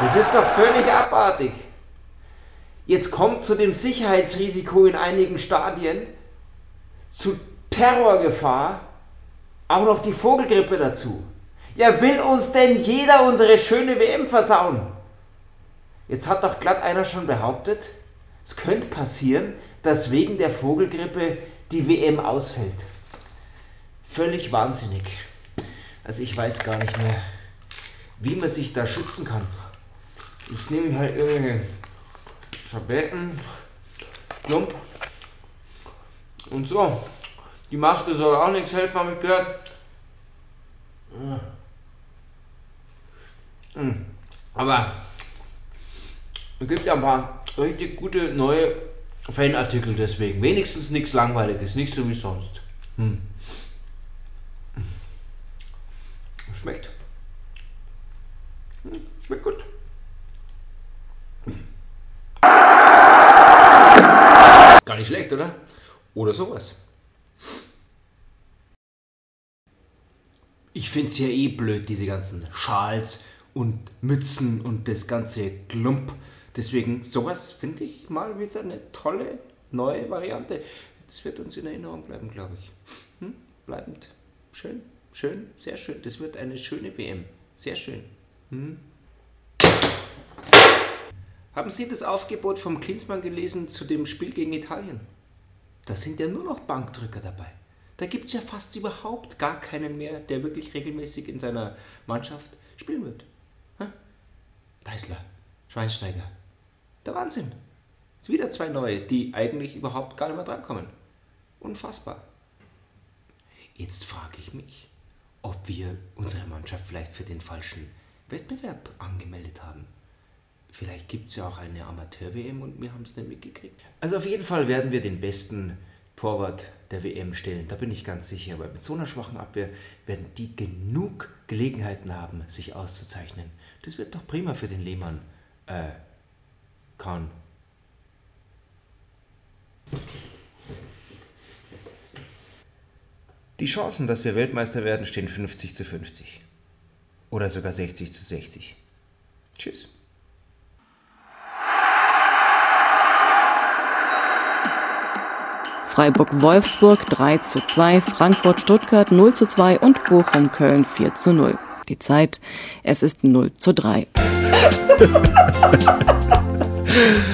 Das ist doch völlig abartig. Jetzt kommt zu dem Sicherheitsrisiko in einigen Stadien, zu Terrorgefahr, auch noch die Vogelgrippe dazu. Ja, will uns denn jeder unsere schöne WM versauen? Jetzt hat doch glatt einer schon behauptet, es könnte passieren, dass wegen der Vogelgrippe die WM ausfällt. Völlig wahnsinnig. Also ich weiß gar nicht mehr, wie man sich da schützen kann. Jetzt nehme ich halt irgendwelche Tabletten, Klump und so. Die Maske soll auch nichts helfen, habe ich gehört. Aber es gibt ja ein paar richtig gute neue Fanartikel deswegen. Wenigstens nichts Langweiliges, nicht so wie sonst. Schmeckt. Schmeckt gut. Gar nicht schlecht, oder? Oder sowas. Ich find's ja eh blöd, diese ganzen Schals und Mützen und das ganze Klump. Deswegen, sowas finde ich mal wieder eine tolle neue Variante. Das wird uns in Erinnerung bleiben, glaube ich. Bleibend. Schön, schön, sehr schön. Das wird eine schöne WM. Sehr schön. Haben Sie das Aufgebot vom Klinsmann gelesen zu dem Spiel gegen Italien? Da sind ja nur noch Bankdrücker dabei. Da gibt es ja fast überhaupt gar keinen mehr, der wirklich regelmäßig in seiner Mannschaft spielen wird. Deißler, Schweinsteiger. Der Wahnsinn. Es sind wieder zwei neue, die eigentlich überhaupt gar nicht mehr drankommen. Unfassbar. Jetzt frage ich mich, ob wir unsere Mannschaft vielleicht für den falschen Wettbewerb angemeldet haben. Vielleicht gibt es ja auch eine Amateur-WM und wir haben es nicht mitgekriegt. Also auf jeden Fall werden wir den besten Torwart der WM stellen, da bin ich ganz sicher. Weil mit so einer schwachen Abwehr werden die genug Gelegenheiten haben, sich auszuzeichnen. Das wird doch prima für den Lehmann. Kahn. Die Chancen, dass wir Weltmeister werden, stehen 50:50. Oder sogar 60:60. Tschüss. Freiburg-Wolfsburg 3:2, Frankfurt-Stuttgart 0:2 und Bochum-Köln 4:0. Die Zeit, es ist 0:3.